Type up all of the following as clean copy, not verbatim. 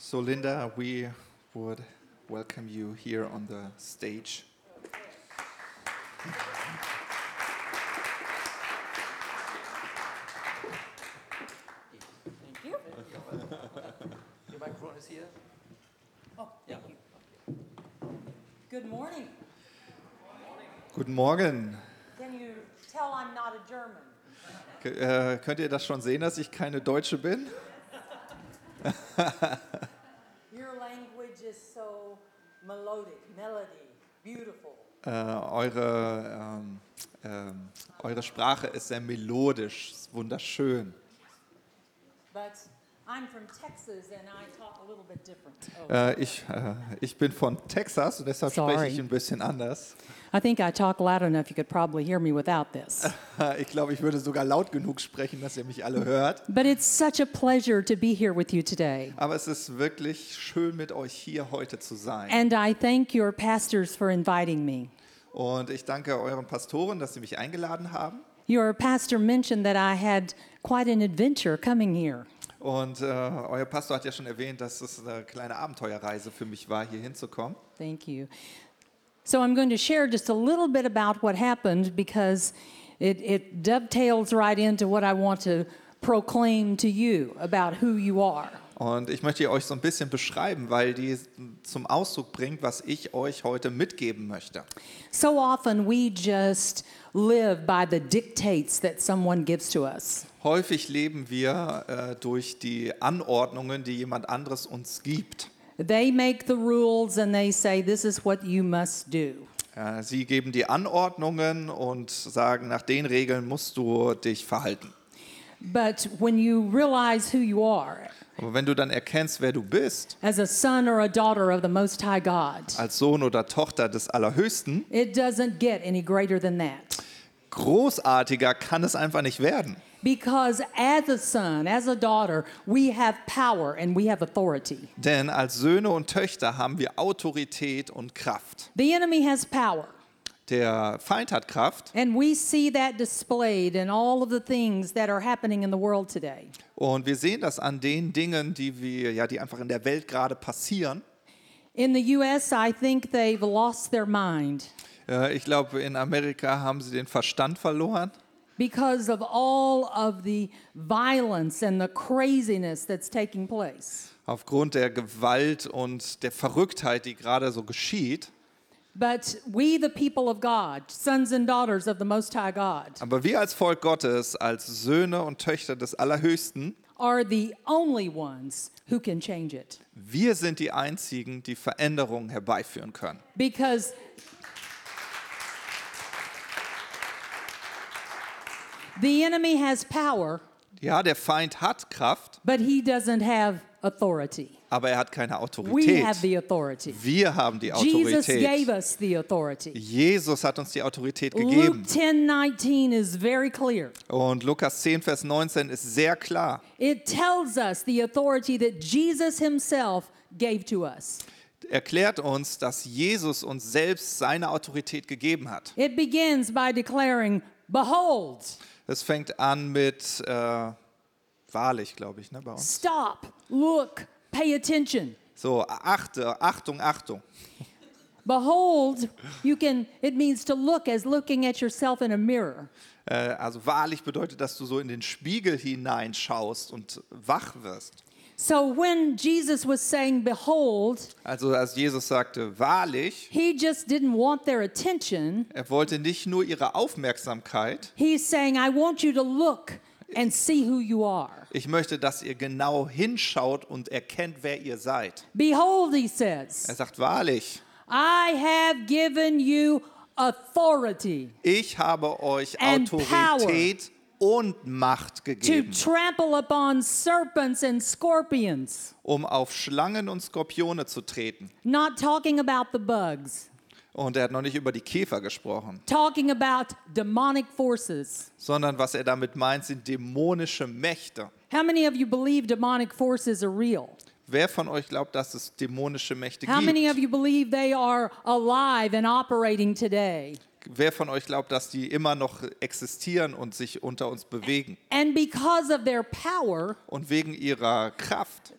So Linda, we would welcome you here on the stage. Thank you. Your microphone is here. Oh, thank you. Good morning. Guten Morgen. Can you tell I'm not a German? Könnt ihr das schon sehen, dass ich keine Deutsche bin? Your language is so melodic, beautiful. Eure Sprache ist sehr melodisch, ist wunderschön. But I'm from Texas and I talk a little bit different. Ich bin von Texas und deshalb spreche ich ein bisschen anders. I think I talk loud enough you could probably hear me without this. Ich glaube, ich würde sogar laut genug sprechen, dass ihr mich alle hört. But it's such a pleasure to be here with you today. Aber es ist wirklich schön, mit euch hier heute zu sein. And I thank your pastors for inviting me. Und ich danke euren Pastoren, dass sie mich eingeladen haben. Your pastor mentioned that I had quite an adventure coming here. Und euer Pastor hat ja schon erwähnt, dass es eine kleine Abenteuerreise für mich war, hier hinzukommen. Thank you. So I'm going to share just a little bit about what happened because it dovetails right into what I want to proclaim to you about who you are. Und ich möchte euch so ein bisschen beschreiben, weil die zum Ausdruck bringt, was ich euch heute mitgeben möchte. So often we just live by the dictates that someone gives to us. Häufig leben wir durch die Anordnungen, die jemand anderes uns gibt. They make the rules and they say this is what you must do. Sie geben die Anordnungen und sagen, nach den Regeln musst du dich verhalten. But when you realize who you are, Aber wenn du dann erkennst, wer du bist, as a son or a daughter of the Most High God, als Sohn oder Tochter des Allerhöchsten, it doesn't get any greater than that. großartiger kann es einfach nicht werden. Because as a son, as a daughter, we have power and we have authority. Denn als Söhne und Töchter haben wir Autorität und Kraft. The enemy has power. Der Feind hat Kraft And we see that displayed in all of the things that are happening in the world today. und wir sehen das an den Dingen, die einfach in der Welt gerade passieren. In the US, I think they've lost their mind Ich glaube, in Amerika haben sie den Verstand verloren. because of all of the violence and the craziness that's taking place. Aufgrund der Gewalt und der Verrücktheit, die gerade so geschieht. But we, the people of God, sons and daughters of the Most High God, Aber wir als Volk Gottes, als Söhne und Töchter des Allerhöchsten, are the only ones who can change it. wir sind die Einzigen, die Veränderungen herbeiführen können. Because the enemy has power, Ja, der Feind hat Kraft, but he doesn't have authority. aber er hat keine We Autorität. have the authority. Wir haben die Jesus gave Autorität. us the authority. Jesus hat uns die Autorität Luke gegeben. 10:19 is very clear. Und Lukas 10, Vers 19 ist sehr klar. It tells us the authority that Jesus himself gave to us. Erklärt uns, dass Jesus uns selbst seine Autorität gegeben hat. It begins by declaring, "Behold, Es fängt an mit wahrlich, glaube ich, ne, bei uns. stop, look, pay attention." So, Achtung, Achtung. Behold, it means to look as looking at yourself in a mirror. Also wahrlich bedeutet, dass du so in den Spiegel hineinschaust und wach wirst. So when Jesus was saying, "Behold," Also als Jesus sagte, wahrlich, he just didn't want their attention. er wollte nicht nur ihre Aufmerksamkeit. He's saying, "I want you to look and see who you are." Ich möchte, dass ihr genau hinschaut und erkennt, wer ihr seid. Behold, he says, Er sagt, wahrlich, "I have given you authority ich habe euch And Autorität und Macht to gegeben, trample upon serpents and scorpions." um auf Schlangen und Skorpione zu treten. Not talking about the bugs, Und er hat noch nicht über die Käfer gesprochen, talking about demonic forces. sondern was er damit meint, sind dämonische Mächte. How many of you believe demonic forces are real? Wer von euch glaubt, dass es dämonische Mächte How many of gibt? you believe they are alive and operating today? Wer von euch glaubt, dass die immer noch existieren und sich unter uns bewegen? And because of their power, Und wegen ihrer Kraft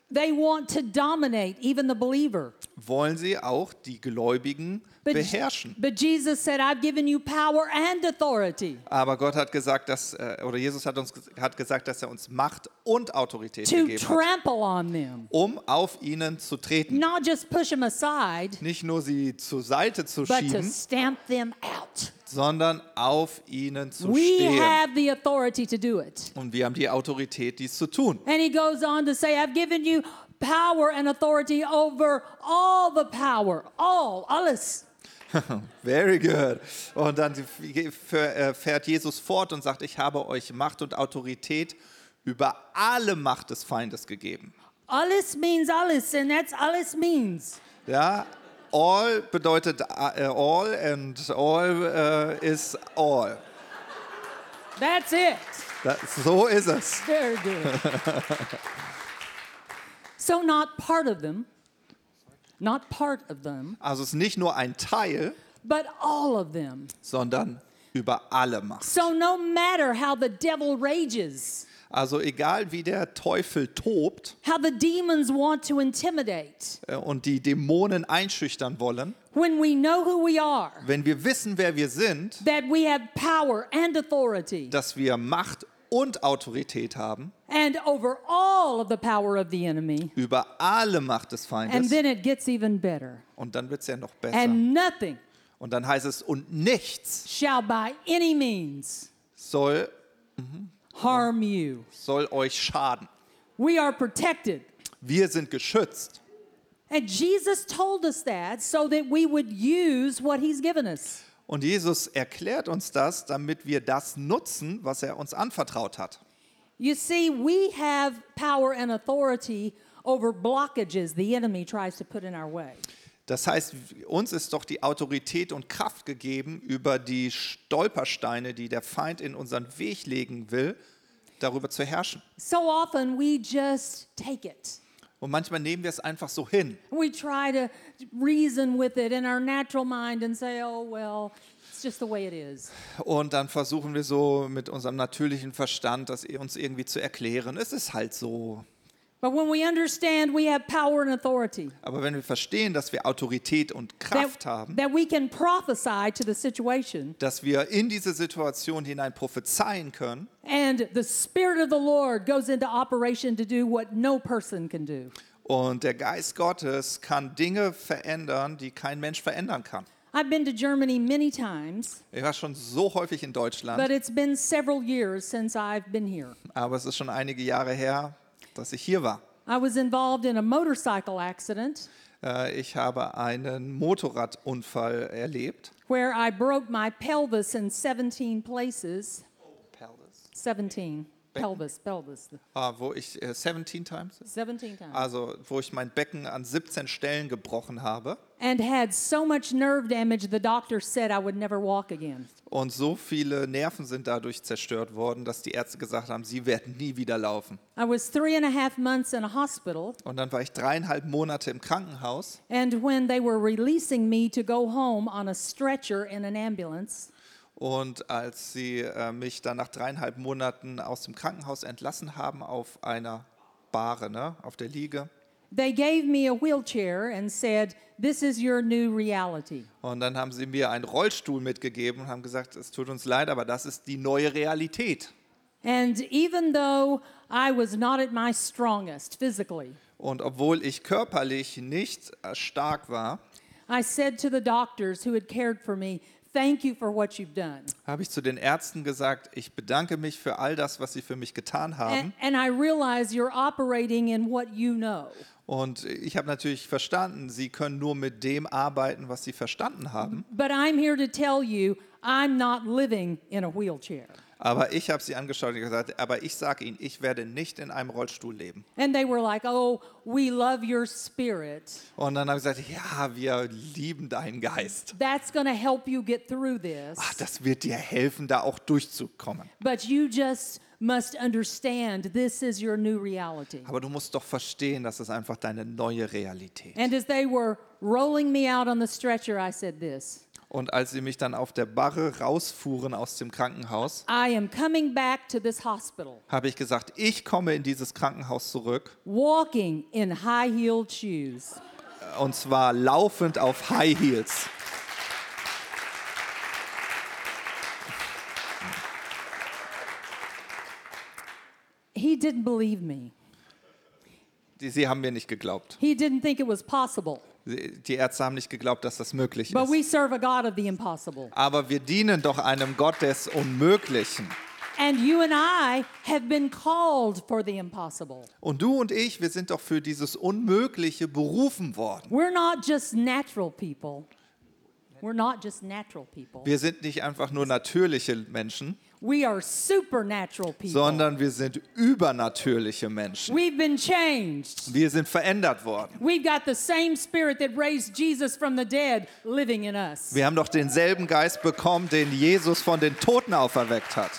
They want to dominate even the believer. wollen sie auch die Gläubigen beherrschen. But Jesus said, I've given you power and authority Aber Gott hat gesagt, oder Jesus hat gesagt, dass er uns Macht und Autorität to gegeben hat, trample on them. um auf ihnen zu treten. Not just push them aside, Nicht nur sie zur Seite zu but to schieben, stamp them out. sondern auf ihnen zu We stehen. have the authority to do it. Und wir haben die Autorität, dies zu tun. And he goes on to say, I've given you power and authority over all the power, alles. Very good. Und dann fährt Jesus fort und sagt, ich habe euch Macht und Autorität über alle Macht des Feindes gegeben. Alles means alles, and that's alles means. Ja, all bedeutet all and all is all. That's it. So ist es. Very good. So not part of them, Also es ist nicht nur ein Teil, but all of them. sondern über alle Macht. So no matter how the devil rages, Also egal wie der Teufel tobt how the demons want to intimidate, und die Dämonen einschüchtern wollen, when we know who we are, wenn wir wissen, wer wir sind, that we have power and authority, dass wir Macht und Autorität haben and over all of the power of the enemy, über alle Macht des and Feindes, then it gets even better. und dann wird es ja noch besser. And nothing Und dann heißt es, und nichts shall by any means soll harm you. euch schaden. We are protected. Wir sind geschützt. And Jesus told us that so that we would use what he's given us. Und Jesus erklärt uns das, damit wir das nutzen, was er uns anvertraut hat. You see, we have power and authority over blockages the enemy tries to put in our way. Das heißt, uns ist doch die Autorität und Kraft gegeben, über die Stolpersteine, die der Feind in unseren Weg legen will, darüber zu herrschen. So often we just take it. Und manchmal nehmen wir es einfach so hin. We try to reason with it in our natural mind and say, oh, well, it's just the way it is. Und dann versuchen wir so mit unserem natürlichen Verstand, das uns irgendwie zu erklären. Es ist halt so. But when we understand we have power and authority, Aber wenn wir verstehen, dass wir Autorität und Kraft haben, that we can prophesy to the situation, dass wir in diese Situation hinein prophezeien können and the Spirit of the Lord goes into operation to do what no person can do. und der Geist Gottes kann Dinge verändern, die kein Mensch verändern kann. I've been to Germany many times, Ich war schon so häufig in but Deutschland, it's been several years since I've been here. aber es ist schon einige Jahre her, dass ich hier war. I was involved in a motorcycle accident Ich habe einen Motorradunfall erlebt. where I broke my pelvis in 17 places. 17. Pelvis. Wo ich 17 times, 17 times. also wo ich mein Becken an 17 Stellen gebrochen habe And had so much nerve damage, the doctor said I would never walk again. und so viele Nerven sind dadurch zerstört worden, dass die Ärzte gesagt haben, sie werden nie wieder laufen. I was 3.5 months in a hospital, Und dann war ich 3,5 Monate im Krankenhaus and when they were releasing me to go home on a stretcher in an ambulance, und als sie mich dann nach 3,5 Monaten aus dem Krankenhaus entlassen haben auf einer Bahre, ne, auf der Liege, they gave me a wheelchair and said, "This is your new reality." und dann haben sie mir einen Rollstuhl mitgegeben und haben gesagt, es tut uns leid, aber das ist die neue Realität. And even though I was not at my strongest physically, Und obwohl ich körperlich nicht stark war, I said to the doctors who had cared for me, "Thank you for what you've done." habe ich zu den Ärzten gesagt, ich bedanke mich für all das, was sie für mich getan haben. And I realize you're operating in what you know. Und ich habe natürlich verstanden, sie können nur mit dem arbeiten, was sie verstanden haben. But I'm here to tell you, I'm not living in a wheelchair. Aber ich habe sie angeschaut und gesagt, aber ich sage Ihnen, ich werde nicht in einem Rollstuhl leben. And they were like, "Oh, we love your spirit. Und dann habe ich gesagt, ja, wir lieben deinen Geist. That's going to help you get through this. Das wird dir helfen, da auch durchzukommen. But you just must understand this is your new reality." Aber du musst doch verstehen, das ist einfach deine neue Realität. And as they were rolling me out on the stretcher, I said this. Und als sie mich dann auf der Barre rausfuhren aus dem Krankenhaus, I am coming back to this hospital, habe ich gesagt, ich komme in dieses Krankenhaus zurück. walking in high-heeled shoes. Und zwar laufend auf High Heels. He didn't believe me. Sie haben mir nicht geglaubt. He didn't think it was possible. Die Ärzte haben nicht geglaubt, dass das möglich But we ist. serve a God of the impossible. Aber wir dienen doch einem Gott des Unmöglichen. And you and I have been called for the impossible. Und du und ich, wir sind doch für dieses Unmögliche berufen worden. We're not just natural people. We're not just natural people. Wir sind nicht einfach nur natürliche Menschen, We are supernatural people. sondern wir sind übernatürliche Menschen. We've been changed. Wir sind verändert worden. We've got the same spirit that raised Jesus from the dead living in us. Wir haben doch denselben Geist bekommen, den Jesus von den Toten auferweckt hat.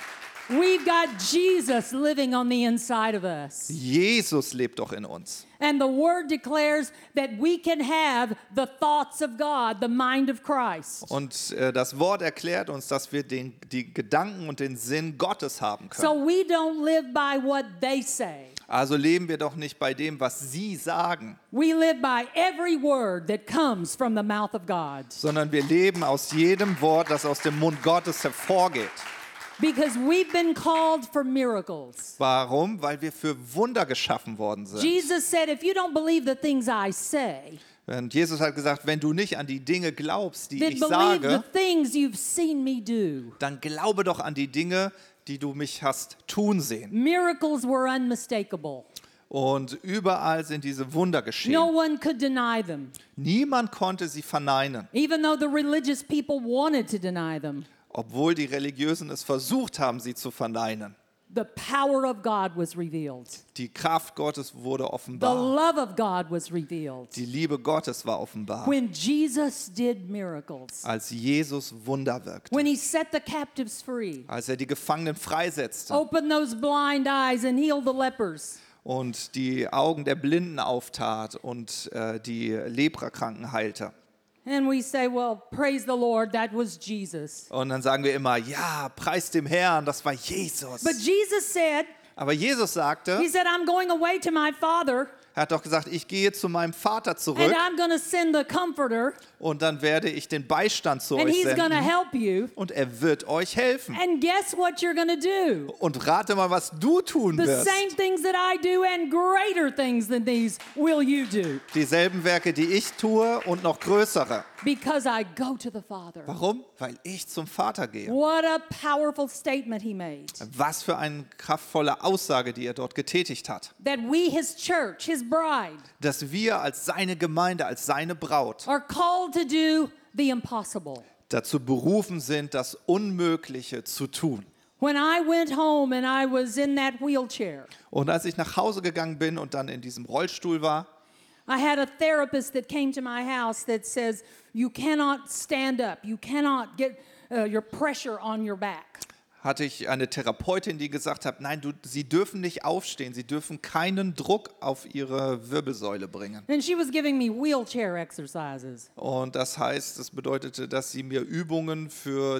We've got Jesus living on the inside of us. Jesus lebt doch in uns. And the word declares that we can have the thoughts of God, the mind of Christ. Und das Wort erklärt uns, dass wir die Gedanken und den Sinn Gottes haben So können. we don't live by what they say. Also leben wir doch nicht bei dem, was sie sagen, We live by every word that comes from the mouth of God. sondern wir leben aus jedem Wort, das aus dem Mund Gottes hervorgeht. Because we've been called for miracles. Warum? Weil wir für Wunder geschaffen worden sind. Jesus said, if you don't believe the things I say, Und Jesus hat gesagt, wenn du nicht an die Dinge glaubst, die then ich believe the sage, things you've seen me do. dann glaube doch an die Dinge, die du mich hast tun sehen. Miracles were unmistakable. Und überall sind diese Wunder No geschehen. one could deny them, Niemand konnte sie verneinen, even though the religious people wanted to deny them. obwohl die Religiösen es versucht haben, sie zu verneinen. The power of God was revealed. Die Kraft Gottes wurde The offenbar. love of God was revealed. Die Liebe Gottes war offenbar, When Jesus did miracles, als Jesus Wunder wirkte, when he set the captives free, als er die Gefangenen freisetzte opened those blind eyes and healed the lepers. und die Augen der Blinden auftat und die Leprakranken heilte. And we say, well, praise the Lord, that was Jesus. Und dann sagen wir immer, ja, preis dem Herrn, das war Jesus. But Jesus said, Aber Jesus sagte, he said, I'm going away to my Father, er hat doch gesagt, ich gehe zu meinem Vater and zurück I'm going to send the Comforter, und dann werde ich den Beistand zu and euch he's going to senden help you. und er wird euch helfen. And guess what you're going to do? Und rate mal, was du tun The wirst. same things that I do and greater things than these will you do, Dieselben Werke, die ich tue und noch größere. because I go to the Father. Warum? Weil ich zum Vater gehe. What a powerful statement he made. Was für eine kraftvolle Aussage, die er dort getätigt hat. That we, his church, his bride, Dass wir als seine Gemeinde, als seine Braut are called to do the impossible. dazu berufen sind, das Unmögliche zu tun. When I went home and I was in that wheelchair, Und als ich nach Hause gegangen bin und dann in diesem Rollstuhl war, I had a therapist that came to my house that says, you cannot stand up. You cannot get your pressure on your back. hatte ich eine Therapeutin, die gesagt hat, nein, sie dürfen nicht aufstehen, sie dürfen keinen Druck auf ihre Wirbelsäule bringen. And she was giving me wheelchair exercises. Und das heißt, das bedeutete, dass sie mir Übungen für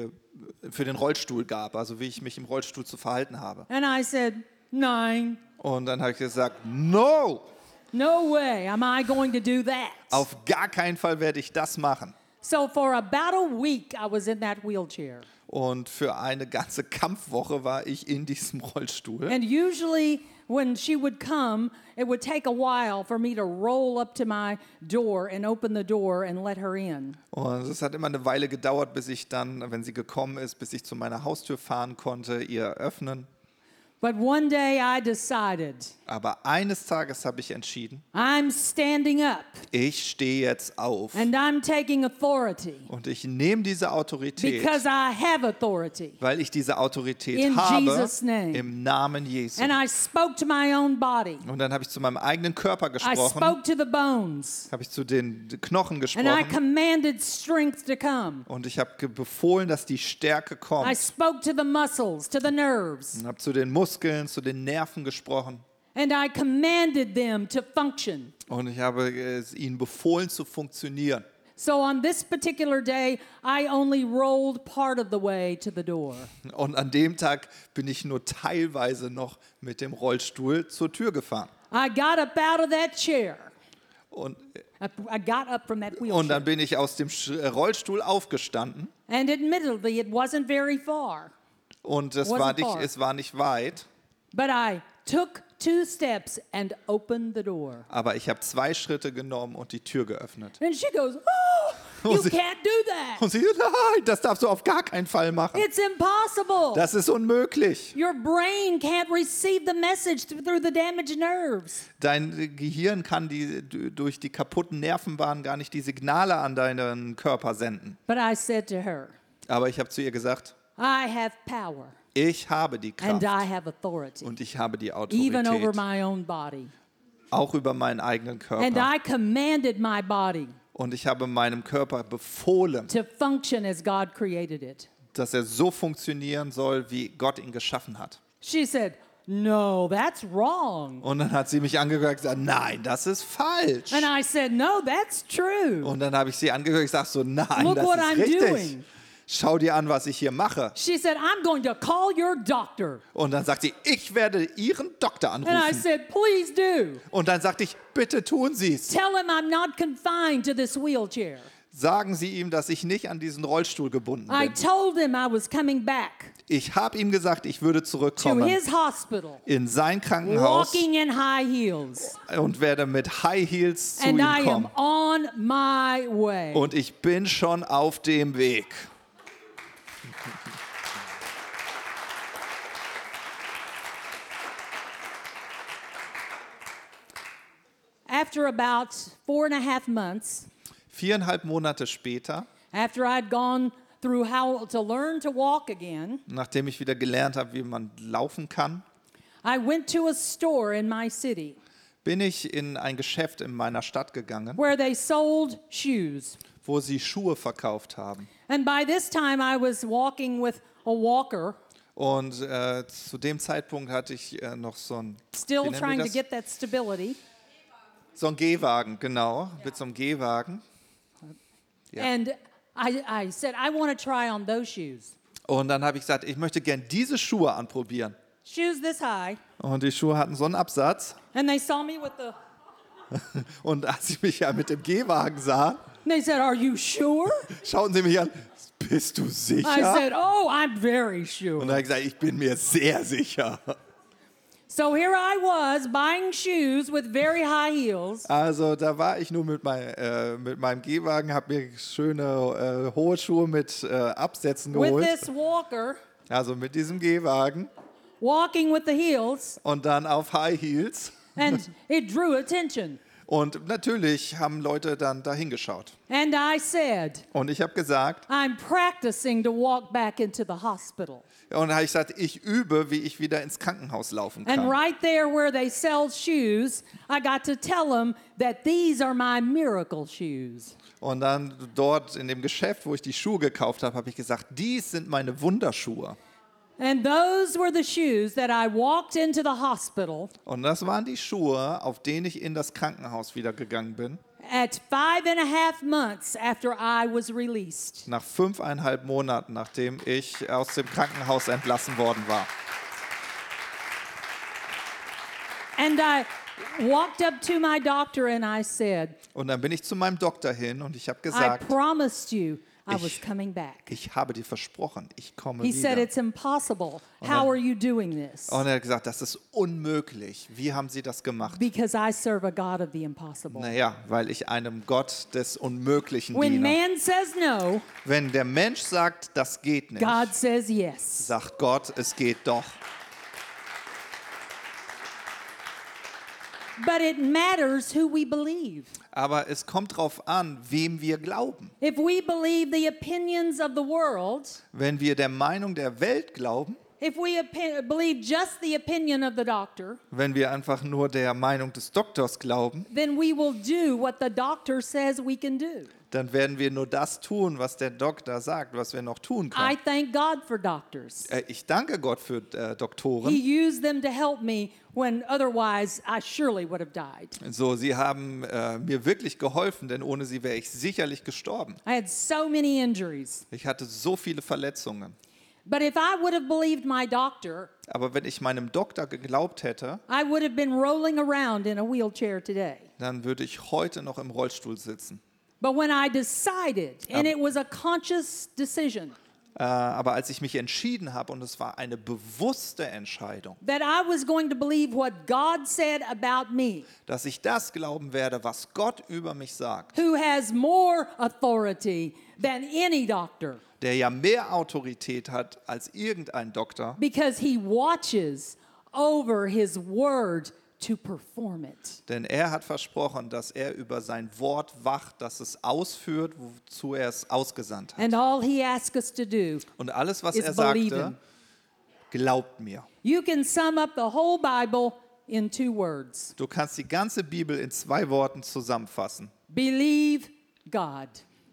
den Rollstuhl gab, also wie ich mich im Rollstuhl zu verhalten habe. And I said, nein, Und dann habe ich gesagt, no, no way am I going to do that. auf gar keinen Fall werde ich das machen. So for about a week, I was in that wheelchair. Und für eine ganze Kampfwoche war ich in diesem Rollstuhl. And usually when she would come, it would take a while for me to roll up to my door and open the door and let her in. Und es hat immer eine Weile gedauert, bis ich dann, wenn sie gekommen ist, bis ich zu meiner Haustür fahren konnte, ihr öffnen. But one day I decided, Aber eines Tages habe ich entschieden, I'm standing up ich stehe jetzt auf and I'm taking authority und ich nehme diese Autorität, because I have authority. weil ich diese Autorität In habe Jesus' name. im Namen Jesu. And I spoke to my own body. Und dann habe ich zu meinem eigenen Körper I gesprochen, spoke to the bones. habe ich zu den Knochen And I gesprochen commanded strength to come. und ich habe befohlen, dass die Stärke I kommt. spoke to the muscles, to the nerves. Und habe zu den Muskeln, zu den Nerven gesprochen. And I commanded them to function. Und ich habe es ihnen befohlen zu funktionieren. So on this particular day, I only rolled part of the way to the door. Und an dem Tag bin ich nur teilweise noch mit dem Rollstuhl zur Tür gefahren. I got up out of that chair. Und, I got up from that und wheelchair. dann bin ich aus dem Rollstuhl aufgestanden. And admittedly, it wasn't very far. Und es Wasn't war far. nicht weit. But I took 2 steps and opened the door. Aber ich habe 2 Schritte genommen und die Tür geöffnet. And she goes, "Oh, you sie- can't do that. Und sie, nein, das darfst du auf gar keinen Fall machen. It's impossible. Das ist unmöglich. Your brain can't receive the message through the damaged nerves." Dein Gehirn kann durch die kaputten Nervenbahnen gar nicht die Signale an deinen Körper senden. But I said to her, Aber ich habe zu ihr gesagt, I have power ich habe die and Kraft I have authority, und ich habe die even over Autorität, my own body. auch über meinen eigenen And Körper. I commanded my body Und ich habe meinem Körper befohlen, to function as God created it. dass er so funktionieren soll, wie Gott ihn geschaffen hat. She said, "No, that's wrong." Und dann hat sie mich angehört und gesagt, nein, das ist falsch. And I said, "No, that's true." Und dann habe ich sie angehört und gesagt, so, nein, Look das what ist I'm richtig. doing. Schau dir an, was ich hier mache. She said, "I'm going to call your doctor." Und dann sagt sie, ich werde Ihren Doktor And I anrufen. said, "Please do. Und dann sagte ich, bitte tun Sie es. Tell him I'm not confined to this wheelchair." Sagen Sie ihm, dass ich nicht an diesen Rollstuhl gebunden I bin. told him I was coming back Ich habe ihm gesagt, ich würde to zurückkommen his hospital, in sein Krankenhaus walking in high heels. und werde mit High Heels zu And ihm I am kommen. on my way. Und ich bin schon auf dem Weg. After about 4.5 months, 4,5 Monate später, after I'd gone through how to learn to walk again, nachdem ich wieder gelernt habe, wie man laufen kann, I went to a store in my city bin ich in ein Geschäft in meiner Stadt gegangen, where they sold shoes. wo sie Schuhe verkauft haben. And by this time, I was walking with a walker, Und zu dem Zeitpunkt hatte ich noch so ein, still nennen wir trying to das? get that stability. So ein Gehwagen, genau, mit so einem Gehwagen. Ja. And I said, I want to try on those shoes. Und dann habe ich gesagt, ich möchte gern diese Schuhe anprobieren. Shoes this high. Und die Schuhe hatten so einen Absatz. And they saw me with the, Und als sie mich ja mit dem Gehwagen sahen, they said, "Are you sure?" schauten sie mich an, bist du I sicher? said, "Oh, I'm very Und sure." dann habe ich gesagt, ich bin mir sehr sicher. So here I was buying shoes with very high heels. Also da war ich nur mit meinem Gehwagen, habe mir schöne hohe Schuhe mit Absätzen With geholt. this walker, Also mit diesem Gehwagen walking with the heels, und dann auf High Heels. and it drew attention. Und natürlich haben Leute dann da hingeschaut. And I said, Und ich habe gesagt, I'm practicing to walk back into the hospital. und da habe ich gesagt, ich übe, wie ich wieder ins Krankenhaus laufen And kann. right there where they sell shoes, I got to tell them that these are my miracle shoes. Und dann dort in dem Geschäft, wo ich die Schuhe gekauft habe, habe ich gesagt, dies sind meine Wunderschuhe. And those were the shoes that I walked into the hospital Und das waren die Schuhe, auf denen ich in das Krankenhaus wieder gegangen bin. at 5.5 months after I was released. Nach 5,5 Monaten, nachdem ich aus dem Krankenhaus entlassen worden war. And I walked up to my doctor and I said, Und dann bin ich zu meinem Doktor hin und ich habe I gesagt, promised you I was Ich- coming back. ich habe dir versprochen, ich komme He said, wieder. it's impossible. How are you doing this? Und er hat gesagt, das ist unmöglich. Wie haben Sie das gemacht? Because I serve a God of the impossible. Naja, weil ich einem Gott des Unmöglichen When diene. man says no, Wenn der Mensch sagt, das geht nicht, God says yes. sagt Gott, es geht doch. But it matters who we believe. Aber es kommt darauf an, wem wir glauben. If we believe the opinions of the world, Wenn wir der Meinung der Welt glauben, if we believe just the opinion of the doctor, wenn wir einfach nur der Meinung des Doktors glauben, then we will do what the doctor says we can do. dann werden wir nur das tun, was der Doktor sagt, was wir noch tun I können. thank God for doctors. Ich danke Gott für Doktoren. He used them to help me when otherwise I surely would have died. So, sie haben mir wirklich geholfen, denn ohne sie wäre ich sicherlich gestorben. I had so many injuries. Ich hatte so viele Verletzungen. But if I would have believed my doctor, Aber wenn ich meinem Doktor geglaubt hätte, I would have been rolling around in a wheelchair today. dann würde ich heute noch im Rollstuhl sitzen. But when I decided, and it was a conscious decision, Aber als ich mich entschieden habe, und es war eine bewusste Entscheidung, that I was going to believe what God said about me, dass ich das glauben werde, was Gott über mich sagt, who has more authority than any doctor, der ja mehr Autorität hat als irgendein Doktor, because he watches over his word to perform it. denn er hat versprochen, dass er über sein Wort wacht, dass es ausführt, wozu er es ausgesandt hat. And all he asks us to do Und alles, was is er believe sagte, him. glaubt mir. You can sum up the whole Bible in 2 words. Du kannst die ganze Bibel in 2 Worten zusammenfassen. Believe God.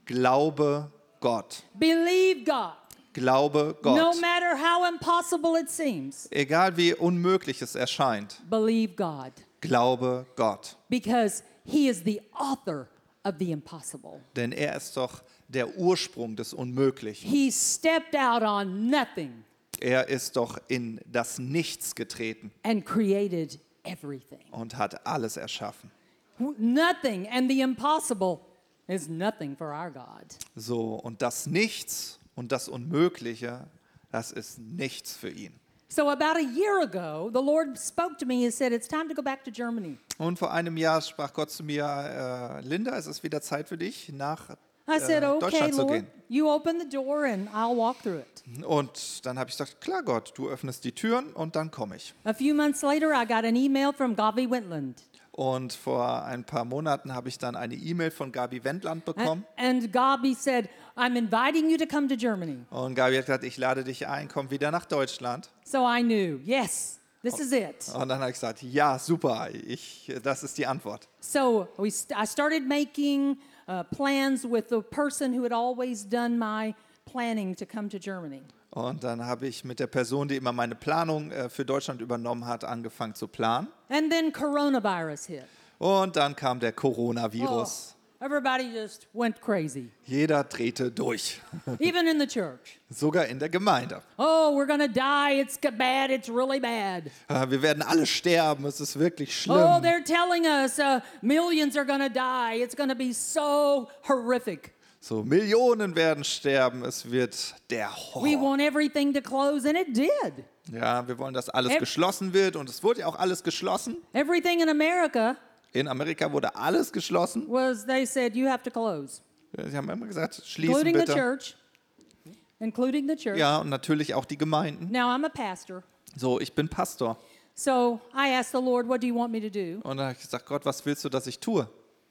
Glaube Gott. Believe God. Glaube No Gott. matter how impossible it seems, Egal wie unmöglich es erscheint, believe God. glaube Gott. Because he is the author of the impossible. Denn er ist doch der Ursprung des Unmöglichen. He stepped out on nothing Er ist doch in das Nichts getreten and created everything. und hat alles erschaffen. Nothing and the impossible is nothing for our God. So, und das Nichts und das Unmögliche, das ist nichts für ihn. So about a year ago, the Lord spoke to me and said, it's time to go back to Germany. Und vor einem Jahr sprach Gott zu mir, Linda, es ist wieder Zeit für dich, nach I said, okay, Deutschland zu Lord, gehen. you open the door and I'll walk through it. Und dann habe ich gesagt, klar Gott, du öffnest die Türen und dann komme ich. A few months later, I got an email from Gavi Wendland. Und vor ein paar Monaten habe ich dann eine E-Mail von Gabi Wendland bekommen. And Gabi said, I'm inviting you to come to Germany. Und Gabi hat gesagt, ich lade dich ein, komm wieder nach Deutschland. So I knew, yes, this is it. Und dann habe ich gesagt, ja, super, das ist die Antwort. So I started making plans with the person who had always done my planning to come to Germany. Und dann habe ich mit der Person, die immer meine Planung für Deutschland übernommen hat, angefangen zu planen. And then coronavirus hit. Und dann kam der Coronavirus. Everybody just went crazy, Jeder drehte durch, even in the church. sogar in der Gemeinde. Oh, we're going to die. It's bad. It's really bad. Wir werden alle sterben, es ist wirklich Oh, schlimm. they're telling us millions are going to die. It's going to be so horrific. So, Millionen werden sterben, es wird der We Horror. want everything to close, and it did. Ja, wir wollen, dass alles Ev- geschlossen wird und es wurde ja auch alles geschlossen. Everything in America In Amerika wurde alles geschlossen. was, they said, you have to close, Sie haben immer gesagt, schließen including the bitte. church. Including the church. Ja, und natürlich auch die Gemeinden. Now, I'm a pastor. So, ich bin Pastor. So I asked the Lord, what do you want me to do? Und dann habe ich gesagt, Gott, was willst du, dass ich tue?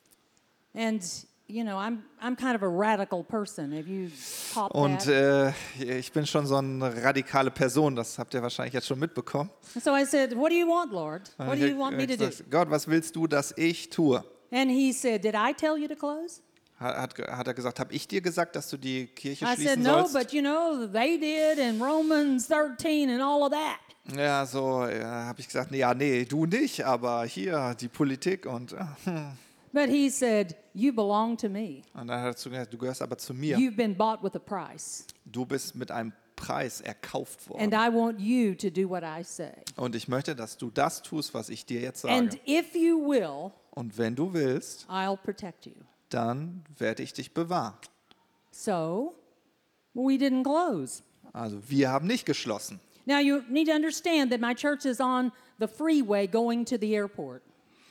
And, you know, I'm kind of a radical person. Have you caught Und that? ich bin schon so eine radikale Person, das habt ihr wahrscheinlich jetzt schon mitbekommen. So I said, what do you want, Lord? What do you want me to do? Gott, was willst du, dass ich tue? And he said, did I tell you to close? Hat er gesagt, habe ich dir gesagt, dass du die Kirche I said, schließen no, sollst? but you know, they did in Romans 13 and all of that. Ja, so habe ich gesagt, ja, nee, du nicht, aber hier die Politik und But he said, you belong to me. Und dann hat er zu mir gesagt, du gehörst aber zu mir. You've been bought with a price. Du bist mit einem Preis erkauft And worden. I want you to do what I say. Und ich möchte, dass du das tust, was ich dir jetzt sage. And if you will, Und wenn du willst, I'll protect you. dann werde ich dich bewahren. So we didn't close. Also wir haben nicht geschlossen. Now you need to understand that my church is on the freeway going to the airport.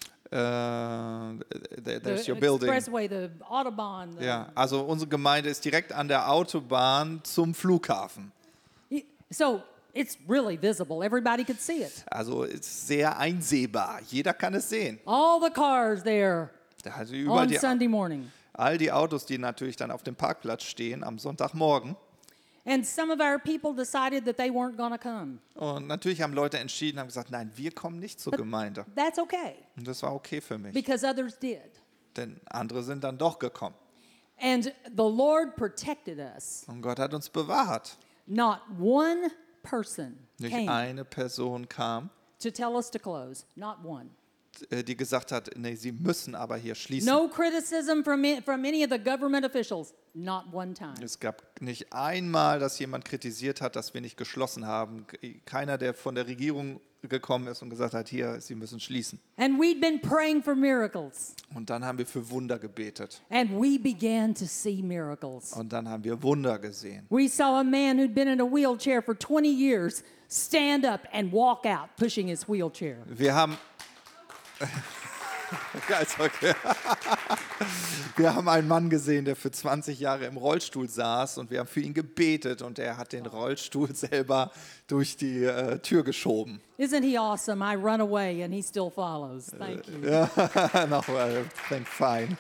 There's The your building. expressway, the Autobahn. Ja, also unsere Gemeinde ist direkt an der Autobahn zum Flughafen. So it's really visible. Everybody could see it. Also ist sehr einsehbar. Jeder kann es sehen. All the cars there Also überall on Sunday morning. all die Autos, die natürlich dann auf dem Parkplatz stehen am Sonntagmorgen. And some of our people decided that they weren't going to come. Und natürlich haben Leute entschieden, haben gesagt, nein, wir kommen nicht zur Gemeinde. That's okay Und das war okay für mich, because others did. denn andere sind dann doch gekommen. And the Lord protected us. Und Gott hat uns bewahrt. Not one person Nicht came eine Person kam, to tell us to close. Not one. die gesagt hat, nee, sie müssen aber hier schließen. No criticism from any of the government officials. Not one time. Es gab nicht einmal, dass jemand kritisiert hat, dass wir nicht geschlossen haben. Keiner, der von der Regierung gekommen ist und gesagt hat, hier, sie müssen schließen. And we'd been praying for miracles. Und dann haben wir für Wunder gebetet. And we began to see miracles. Und dann haben wir Wunder gesehen. We saw a man who'd been in a wheelchair for 20 years stand up and walk out pushing his wheelchair. Wir haben okay. Wir haben einen Mann gesehen, der für 20 Jahre im Rollstuhl saß und wir haben für ihn gebetet und er hat den Rollstuhl selber durch die Tür geschoben. Isn't he awesome? I run away and he still follows. Thank you. No, thank fine.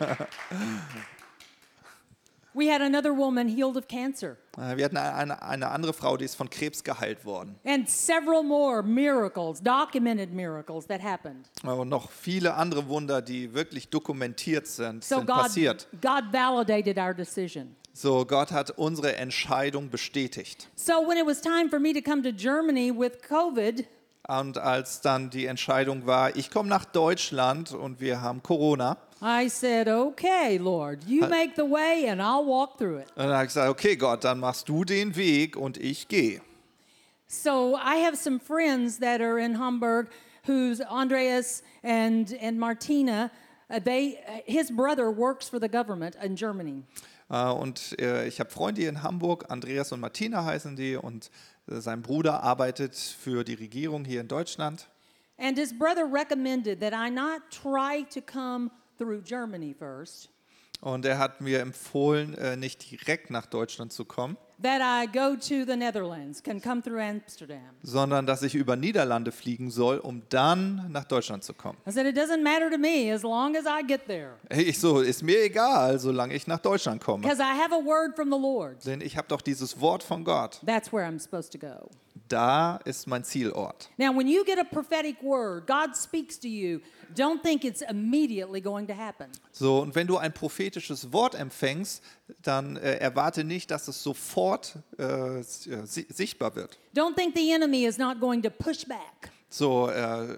We had another woman healed of cancer. Wir hatten eine andere Frau, die ist von Krebs geheilt worden. And several more miracles, documented miracles that happened. Und noch viele andere Wunder, die wirklich dokumentiert sind, So sind passiert. God validated our decision. So, Gott hat unsere Entscheidung bestätigt. So when it was time for me to come to Germany with COVID, Und als dann die Entscheidung war, ich komme nach Deutschland und wir haben Corona, I said, okay, Lord, you make the way and I'll walk through it. und dann habe ich gesagt, okay Gott, dann machst du den Weg und ich gehe. So I have some friends that are in Hamburg, who's Andreas and Martina. His brother works for the government in Germany. Und ich habe Freunde hier in Hamburg, Andreas und Martina heißen die, und sein Bruder arbeitet für die Regierung hier in Deutschland. And his brother recommended that I not try to come through Germany first, Und er hat mir empfohlen, nicht direkt nach Deutschland zu kommen, that I go to the Netherlands, can come through Amsterdam. sondern dass ich über Niederlande fliegen soll, um dann nach Deutschland zu kommen. I said, it doesn't matter to me as long as I get there, Ich so, ist mir egal, solange ich nach Deutschland komme. because I have a word from the Lord. Denn ich habe doch dieses Wort von Gott. That's where I'm supposed to go. Da ist mein Zielort. Now, when you get a prophetic word, God speaks to you, don't think it's immediately going to happen. So, und wenn du ein prophetisches Wort empfängst, dann erwarte nicht, dass es sofort sichtbar wird. Don't think the enemy is not going to push back. So,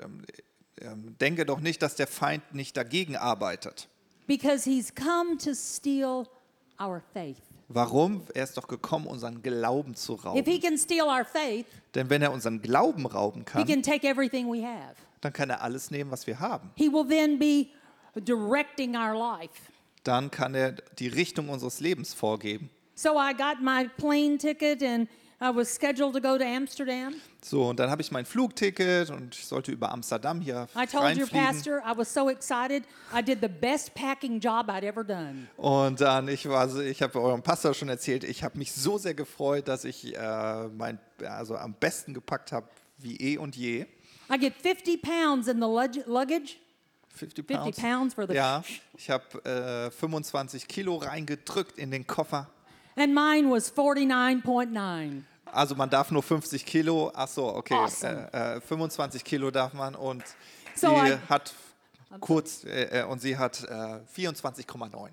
denke doch nicht, dass der Feind nicht dagegen arbeitet. Because he's come to steal our faith. Warum? Er ist doch gekommen, unseren Glauben zu If rauben. he can steal our faith, Denn wenn er unseren Glauben rauben he kann, can take everything we have. dann kann er alles nehmen, was wir haben. He will then be directing our life. Dann kann er die Richtung unseres Lebens vorgeben. So I got my plane ticket and I was scheduled to go to Amsterdam. So, und dann habe ich mein Flugticket und ich sollte über Amsterdam hier I told your reinfliegen. pastor I was so excited. I did the best packing job I'd ever done. Und dann, ich habe eurem Pastor schon erzählt, ich habe mich so sehr gefreut, dass ich am besten gepackt habe wie eh und je. I get 50 pounds in the luggage. 50 50 pounds for the Ja, ich habe 25 Kilo reingedrückt in den Koffer. And mine was 49.9. Also man darf nur 50 Kilo, ach so, okay, Awesome. 25 Kilo darf man und So sie I- hat und sie hat 24,9.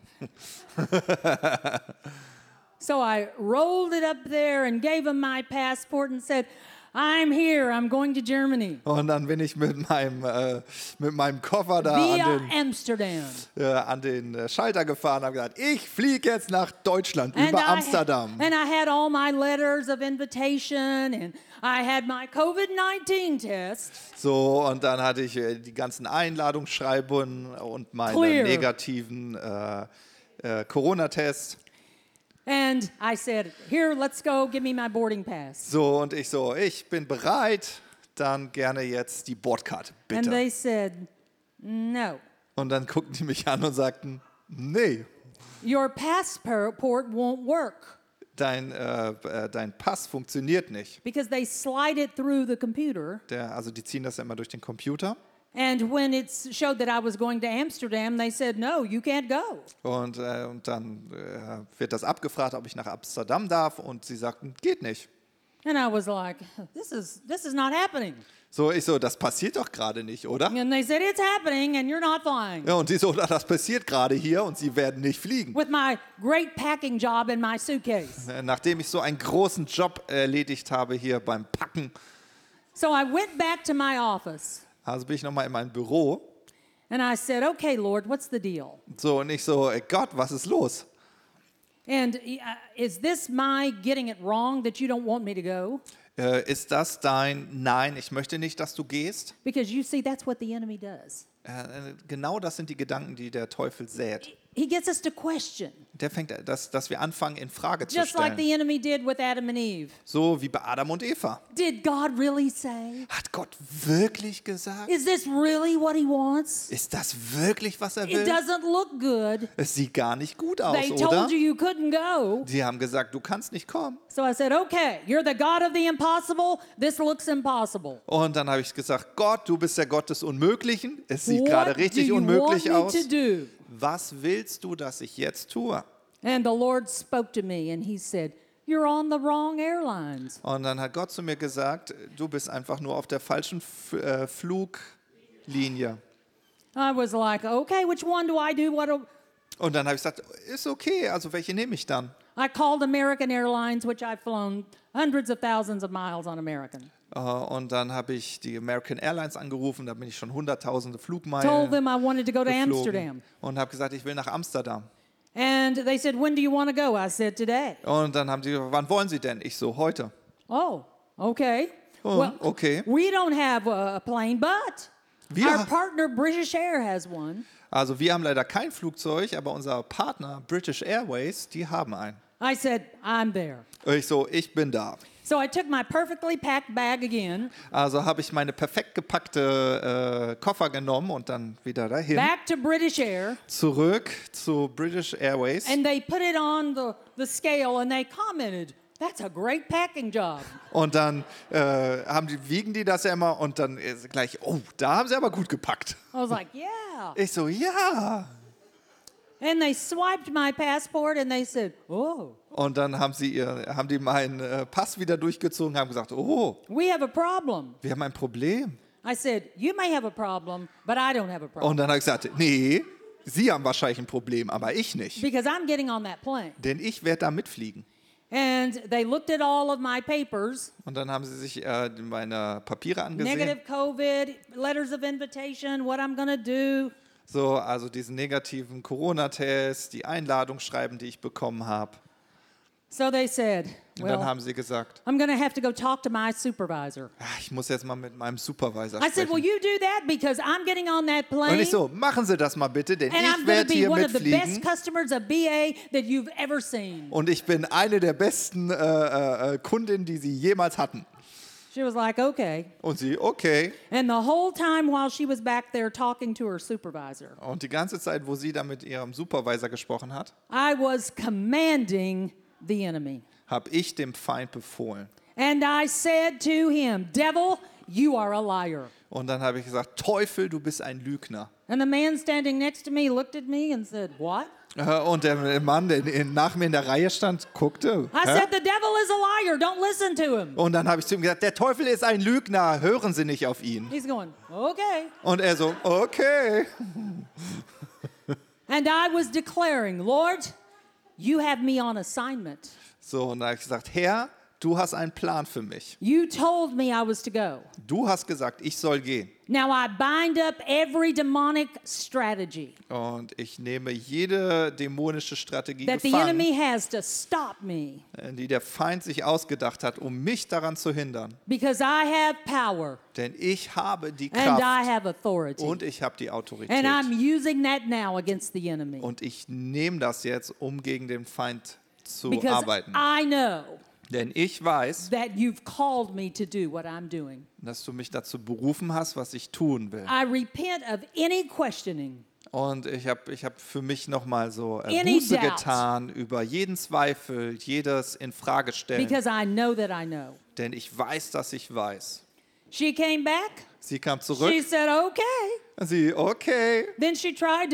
So I rolled it up there and gave him my passport and said, I'm here, I'm going to Germany. Und dann bin ich mit meinem Koffer da Via Amsterdam. an den Schalter gefahren und habe gesagt, ich fliege jetzt nach Deutschland über Amsterdam. And I had all my letters of invitation and I had my COVID-19 test. So, und dann hatte ich die ganzen Einladungsschreiben und meine Clear. negativen Corona-Tests. And I said, here, let's go, give me my boarding pass. So, und ich bin bereit, dann gerne jetzt die Bordkarte, And bitte. they said, no, Und dann guckten die mich an und sagten, nee, your passport won't work dein Pass funktioniert nicht. because they slide it through the computer. Also die ziehen das ja immer durch den Computer. And when it showed that I was going to Amsterdam, they said, no, you can't go. Und dann wird das abgefragt, ob ich nach Amsterdam darf. Und sie sagten, geht nicht. And I was like, this is not happening. So, das passiert doch gerade nicht, oder? And they said, it's happening and you're not flying. Ja, und sie so, das passiert gerade hier und sie werden nicht fliegen. With my great packing job in my suitcase. Nachdem ich so einen großen Job erledigt habe hier beim Packen, So I went back to my office also bin ich nochmal in mein Büro. and I said, okay, Lord, what's the deal? So, und ich so, Gott, was ist los? And is this my getting it wrong that you don't want me to go? Ist das dein Nein, ich möchte nicht, dass du gehst? Because you see, that's what the enemy does. Genau das sind die Gedanken, die der Teufel sät. He gets us to question, Der fängt, dass wir anfangen, in Frage zu just like stellen. the enemy did with Adam and Eve. So wie bei Adam und Eva. Did God really say? Hat Gott wirklich gesagt? Is this really what he wants? Ist das wirklich, was er It will? doesn't look good. Es sieht gar nicht gut aus, They oder? told you couldn't go. Sie haben gesagt, du kannst nicht kommen. So I said, okay, you're the God of the impossible. This looks impossible. Und dann habe ich gesagt, Gott, du bist der Gott des Unmöglichen. Es sieht What gerade do richtig you want unmöglich me aus. to do? Was willst du, dass ich jetzt tue? And the Lord spoke to me and he said, you're on the wrong airlines. Und dann hat Gott zu mir gesagt, du bist einfach nur auf der falschen Fluglinie. I was like, okay, which one do I do? Und dann habe ich gesagt, ist okay, also welche nehme ich dann? I called American Airlines, which I've flown hundreds of thousands of miles on American. Und dann habe ich die American Airlines angerufen, da bin ich schon hunderttausende Told Flugmeilen them I wanted to go to geflogen Amsterdam. und habe gesagt, ich will nach Amsterdam. And they said, when do you want to go? I said, today. Und dann haben sie gesagt, wann wollen Sie denn? Ich so, heute. Oh, okay. Oh, okay. We don't have a plane, but Wir- our partner British Air has one. Also wir haben leider kein Flugzeug, aber unser Partner British Airways, die haben einen. I said, I'm there. Und ich so, ich bin da. So I took my perfectly packed bag again, Also habe ich meine perfekt gepackte Koffer genommen und dann wieder dahin. back to British Air, Zurück zu British Airways. and they put it on the scale and they commented, that's a great packing job. Und dann wiegen die das ja immer und dann ist gleich, oh, da haben sie aber gut gepackt. I was like, yeah. Ich so, ja. And they swiped my passport and they said, oh, Und dann haben die meinen Pass wieder durchgezogen, haben gesagt, oh, we have a problem. wir haben ein Problem. I said, you may have a problem, but I don't have a problem. Und dann habe ich gesagt, nee, Sie haben wahrscheinlich ein Problem, aber ich nicht. Because I'm getting on that plane. Denn ich werde da mitfliegen. And they looked at all of my papers, Und dann haben sie sich meine Papiere angesehen. negative COVID, letters of invitation, what I'm going to do. So, also diesen negativen Corona-Test, die Einladungsschreiben, die ich bekommen habe. So they said, Und dann well, haben sie gesagt, I'm going to have to go talk to my supervisor. ich muss jetzt mal mit meinem Supervisor I said, well, sprechen. you do that because I'm getting on that Und plane ich so, machen Sie das mal bitte, denn and I'm ich going to werde be hier one of the best mitfliegen. customers of BA that you've ever seen. Und ich bin eine der besten Kundinnen, die Sie jemals hatten. She was like, okay. Und sie, okay. And the whole time while she was back there talking to her supervisor, Und die ganze Zeit, wo sie da mit ihrem Supervisor gesprochen hat, I was commanding the enemy. habe ich dem Feind befohlen. And I said to him, devil, you are a liar. Und dann habe ich gesagt, Teufel, du bist ein Lügner. And the man standing next to me looked at me and said, what? Und der Mann, der nach mir in der Reihe stand, guckte. I Hä? said, the devil is a liar. Don't listen to him. Und dann habe ich zu ihm gesagt, der Teufel ist ein Lügner, hören Sie nicht auf ihn. He's going, okay. Und er so, okay. And I was declaring, Lord, you have me on assignment. So, und da habe ich gesagt, Herr, du hast einen Plan für mich. You told me I was to go. Du hast gesagt, ich soll gehen. Now I bind up every demonic strategy Und ich nehme jede dämonische Strategie that the gefangen, enemy has to stop me die der Feind sich ausgedacht hat, um mich daran zu hindern. because I have power Denn ich habe die and I Kraft have authority. und ich habe die Autorität. And I'm using that now against the enemy Und ich nehme das jetzt, um gegen den Feind zu because arbeiten. I know Denn ich weiß, that you've called me to do what I'm doing. dass du mich dazu berufen hast, was ich tun will. I repent of any questioning. Und ich hab für mich nochmal so Any Buße doubt. getan über jeden Zweifel, jedes Infragestellen. Because I know that I know. Denn ich weiß, dass ich weiß. She came back. Sie kam zurück. She said, okay. Sie, okay. Then she tried to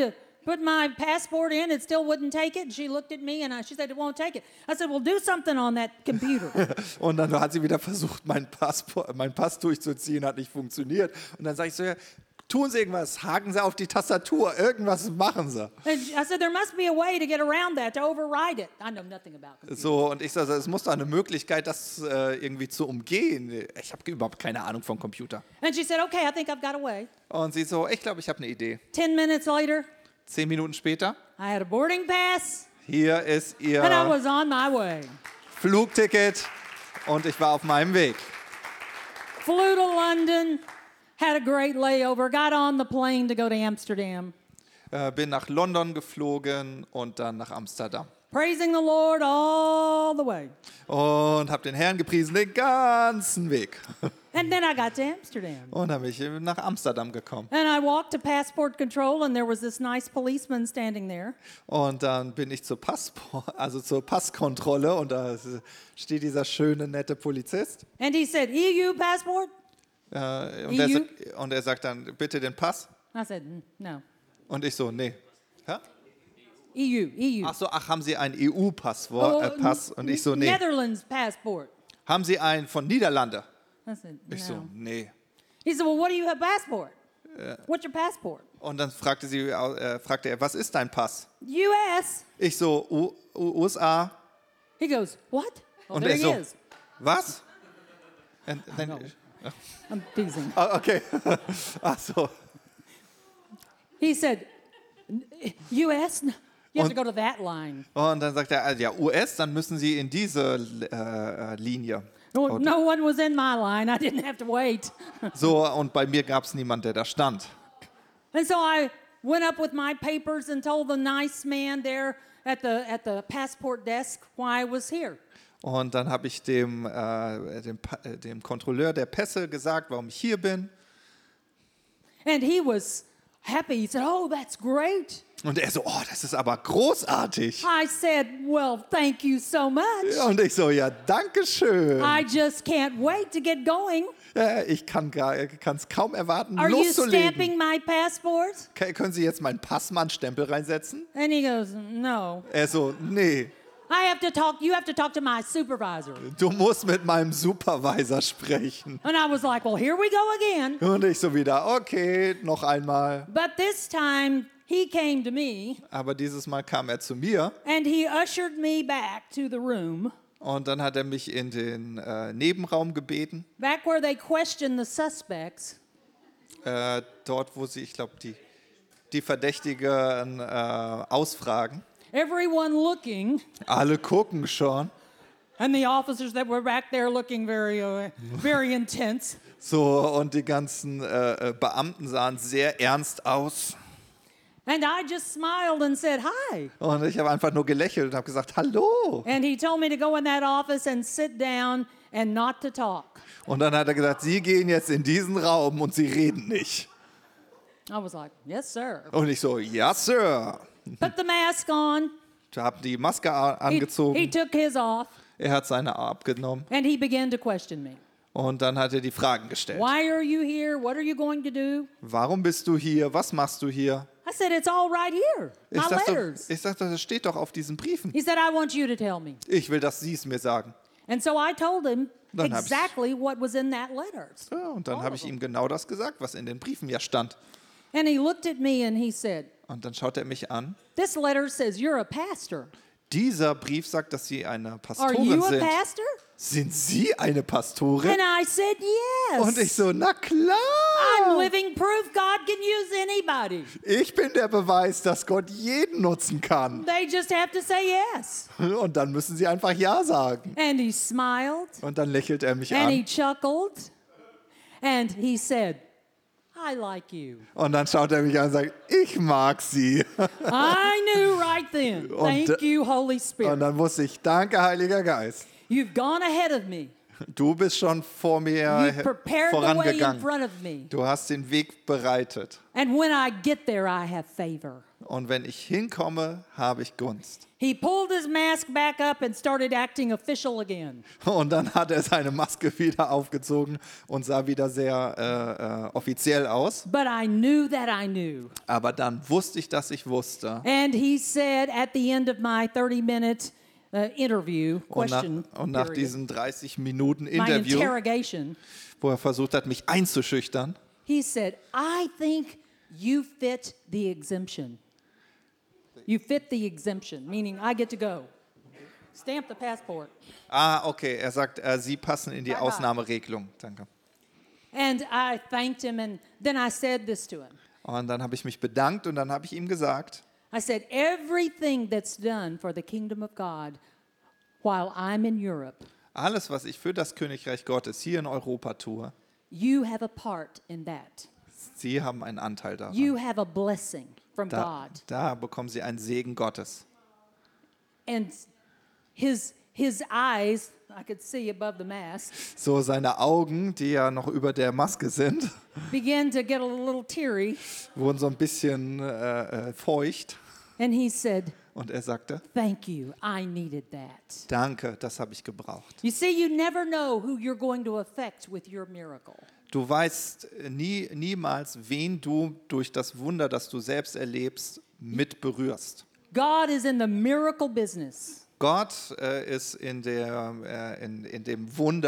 put my passport in, it still wouldn't take it. And she looked at me and she said, it won't take it. I said, well, do something on that computer. Und dann hat sie wieder versucht, meinen Pass durchzuziehen, hat nicht funktioniert. Und dann sage ich so, ja, tun Sie irgendwas, haken Sie auf die Tastatur, irgendwas machen Sie. And I said, there must be a way to get around that, to override it. I know nothing about computers. So, und ich sage, es muss doch eine Möglichkeit, das irgendwie zu umgehen. Ich habe überhaupt keine Ahnung vom Computer. And she said, okay, I think I've got a way. Und sie so, ich glaube, ich habe eine Idee. 10 minutes later, 10 Minuten später, I had a boarding pass hier ist and I Ihr was on my way. Flugticket und ich war auf meinem Weg. Flew to London, had a great layover, got on the plane to go to Amsterdam. Bin nach London geflogen und dann nach Amsterdam. Praising the Lord all the way. Und habe den Herrn gepriesen den ganzen Weg. And then I got to Amsterdam. Und dann bin ich nach Amsterdam gekommen. And I walked to passport control and there was this nice policeman standing there. Und dann bin ich zur Passkontrolle und da steht dieser schöne, nette Polizist. And he said, EU passport? Und er sagt dann, bitte den Pass. I said, no. Und ich so, nee. Hä? EU. Ach so, haben Sie einen EU-Pass? Und ich so, nee. Netherlands passport. Haben Sie einen von Niederlande? I said, no. Ich so, nee. He said, well, what do you have passport? What's your passport? Und dann fragte er, was ist dein Pass? US. Ich so, USA. He goes, what? Oh, Und there er he so, is. was? And then, I'm teasing. okay. Ach so. He said, US? You have to go to that line. Und dann sagt er, ja, US, dann müssen Sie in diese Linie. No one was in my line. I didn't have to wait. So, und bei mir gab es niemanden, der da stand. And so I went up with my papers and told the nice man there at the passport desk why I was here. Und dann habe ich dem Kontrolleur der Pässe gesagt, warum ich hier bin. And he was happy. He said, oh, that's great. Und er so, oh, das ist aber großartig. I said, well, thank you so much. Und ich so, ja, danke schön. I just can't wait to get going. Ja, ich kann es kaum erwarten, Are you loszulegen. stamping my passport? Können Sie jetzt meinen Pass mal einen Stempel reinsetzen? And he goes, no. Er so, nee, You have to talk to my supervisor. du musst mit meinem Supervisor sprechen. And I was like, well, here we go again. Und ich so wieder, okay, noch einmal. But this time, he came to me Aber dieses Mal kam er zu mir and he ushered me back to the room, und dann hat er mich in den Nebenraum gebeten. back where they question the suspects. Dort, wo sie, ich glaube, die Verdächtigen ausfragen. Everyone looking, Alle gucken schon. and the officers that were back there looking very intense. So, und die ganzen Beamten sahen sehr ernst aus. And I just smiled and said, hi. Und ich habe einfach nur gelächelt und habe gesagt, hallo. And he told me to go in that office and sit down and not to talk. Und dann hat er gesagt, Sie gehen jetzt in diesen Raum und Sie reden nicht. I was like, yes, sir. Und ich so, ja, Sir. Put the mask on. Ich habe die Maske He angezogen. took his off, Er hat seine abgenommen. and he began to question me. Und dann hat er die Fragen gestellt. Why are you here? What are you going to do? Warum bist du hier? Was machst du hier? I said, it's all right here. My letters. Ich sagte, das steht doch auf diesen Briefen. He said, I want you to tell me. Ich will, dass Sie es mir sagen. And so I told him Dann hab ich- exactly what was in that letter. Ja, und dann habe ich ihm genau das gesagt, was in den Briefen ja stand. And he looked at me and he said, Und dann schaut er mich an. this letter says you're a pastor. Dieser Brief sagt, dass Sie eine Are Pastorin you a sind. pastor? Sind Sie eine Pastorin? And I said, yes. Und ich so, na I'm klar. living proof God can use anybody. Ich bin der Beweis, dass Gott jeden nutzen kann. They just have to say yes. Und dann müssen Sie einfach Ja sagen. And he smiled Und dann lächelt er mich and he an. chuckled and he said, I like you. Und dann schaut er mich an und sagt, ich mag Sie. I knew right then. Thank you, Holy Und Spirit. dann wusste ich, danke, Heiliger Geist. You've gone ahead of me. Du bist schon vor mir You've prepared the way in vorangegangen. front of me. Du hast den Weg bereitet. And when I get there, I have favor. Und wenn ich hinkomme, habe ich Gunst. He pulled his mask back up and started acting official again. Und dann hat er seine Maske wieder aufgezogen und sah wieder sehr offiziell aus. But I knew that I knew. Aber dann wusste ich, dass ich wusste. And he said at the end of my 30-minute interview, question Und nach period, diesen 30 Minuten my Interview, interrogation, wo er versucht hat, mich einzuschüchtern, he said, I think you fit the exemption. You fit the exemption, meaning I get to go. Stamp the passport. okay, er sagt, Sie passen in die Bye-bye. Ausnahmeregelung. Danke. And I thanked him, and then I said this to him. Und dann habe ich mich bedankt und dann habe ich ihm gesagt, I said, everything that's done for the kingdom of God while I'm in Europe, alles, was ich für das Königreich Gottes hier in Europa tue, you have a part in that. Sie haben einen Anteil daran. You have a blessing from God. Da bekommen Sie einen Segen Gottes. And his eyes, I could see above the mask, So seine Augen, die ja noch über der Maske sind, began to get a little teary. wurden so ein bisschen feucht. And he said, Und er sagte, thank you, I needed that. danke, das habe ich gebraucht. You see, you never know who you're going to affect with your miracle. Du weißt niemals, wen du durch das Wunder, das du selbst erlebst, mit berührst. God is in the miracle business. Gott ist in dem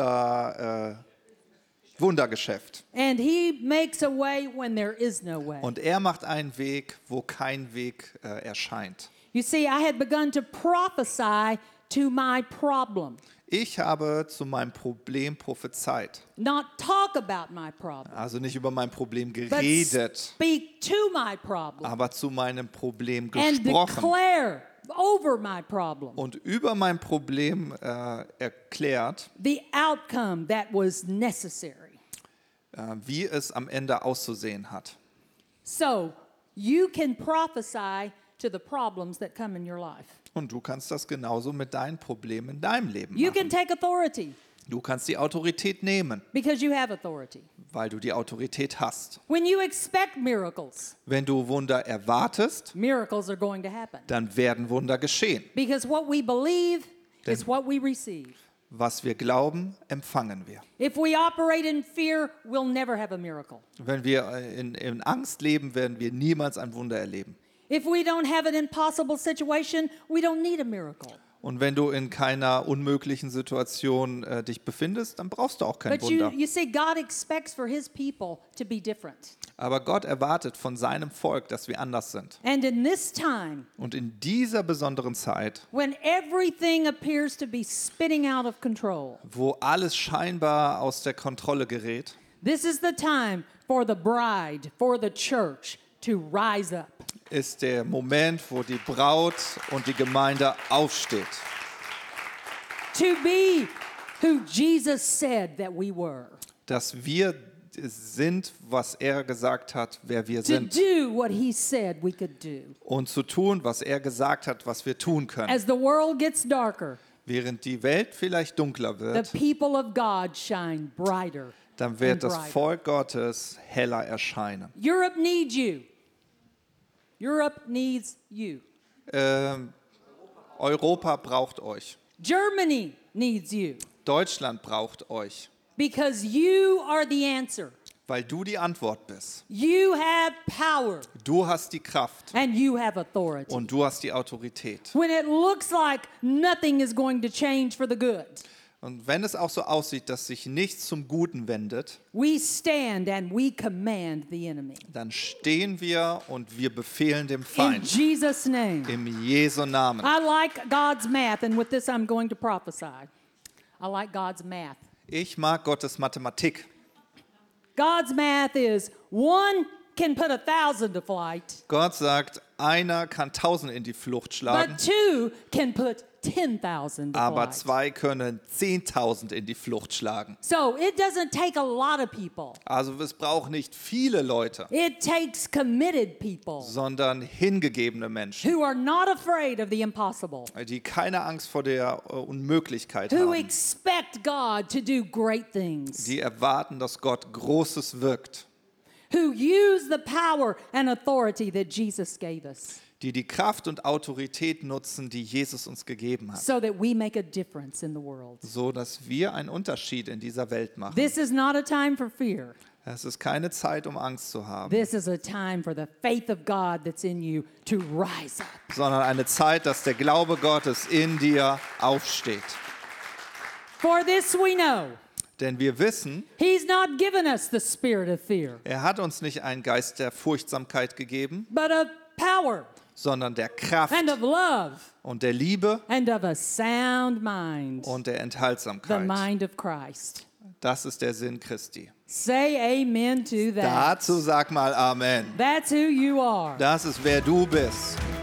Wundergeschäft. And he makes a way when there is no way. Und er macht einen Weg, wo kein Weg erscheint. You see, I had begun to prophesy to my problem, Ich habe zu meinem Problem prophezeit. not talk about my problem, Also nicht über mein Problem but geredet, speak to my problem aber zu meinem Problem and gesprochen. declare over my problem Und über mein Problem erklärt, the outcome that was necessary. wie es am Ende auszusehen hat. So you can prophesy to the problems that come in your life. Und du kannst das genauso mit deinen Problemen in deinem Leben You can machen. take authority Du kannst die Autorität nehmen, because you have authority. weil du die Autorität hast. When you expect miracles, Wenn du Wunder erwartest, miracles are going to happen. dann werden Wunder geschehen. Because what we believe is Denn- what we receive. Was wir glauben, empfangen wir. If we operate in fear, we'll never have a miracle. Wenn wir in Angst leben, werden wir niemals ein Wunder erleben. If we don't have an impossible situation, we don't need a miracle. Und wenn du in keiner unmöglichen Situation dich befindest, dann brauchst du auch kein But Wunder. you see, God expects for his people to be different. Aber Gott erwartet von seinem Volk, dass wir anders sind. And in this time, Und in dieser besonderen Zeit, when everything appears to be spinning out of control, wo alles scheinbar aus der Kontrolle gerät, this is the time for the bride, for the church to rise up. ist der Moment, wo die Braut und die Gemeinde aufsteht. To be who Jesus said that we were. Dass wir sind, was er gesagt hat, wer wir To sind. do what he said we could do. Und zu tun, was er gesagt hat, was wir tun können. As the world gets darker, Während die Welt vielleicht dunkler the wird, people of God shine brighter. dann wird and das brighter. Volk Gottes heller erscheinen. Europe needs you. Europe needs you. Europa braucht euch. Germany needs you Deutschland braucht euch, because you are the answer. weil du die Antwort bist. You have power Du hast die Kraft and you have authority. und du hast die Autorität. When it looks like nothing is going to change for the good, Und wenn es auch so aussieht, dass sich nichts zum Guten wendet, we stand and we command the enemy. dann stehen wir und wir befehlen dem In Feind Jesus' name. im Jesu Namen. I like God's math, and with this I'm going to prophesy. I like God's math. Ich mag Gottes Mathematik. God's math is 1 can put 1,000 to flight, Gott sagt, einer kann 1000 in die Flucht schlagen, but 2 can put 10,000 to aber flight. 2 können 10.000 in die Flucht schlagen. So it doesn't take a lot of people. Also es braucht nicht viele Leute, It takes committed people sondern hingegebene Menschen, who are not afraid of the impossible, die keine Angst vor der Unmöglichkeit who haben, expect God to do great things, die erwarten, dass Gott Großes wirkt, who use the power and authority that Jesus gave us. die die Kraft und Autorität nutzen, die Jesus uns gegeben hat, so that we make a difference in the world. so dass wir einen Unterschied in dieser Welt machen. This is not a time for fear. Es ist keine Zeit, um Angst zu haben, This is a time for the faith of God that's in you to rise up. sondern eine Zeit, dass der Glaube Gottes in dir aufsteht. For this we know, Denn wir wissen, He's not given us the spirit of fear, er hat uns nicht einen Geist der Furchtsamkeit gegeben, but of power sondern der Kraft and of love und der Liebe and of a sound mind, und der the Enthaltsamkeit. mind of Christ. Das ist der Sinn Christi. Say amen to that. Dazu sag mal Amen. That's who you are. Das ist, wer du bist.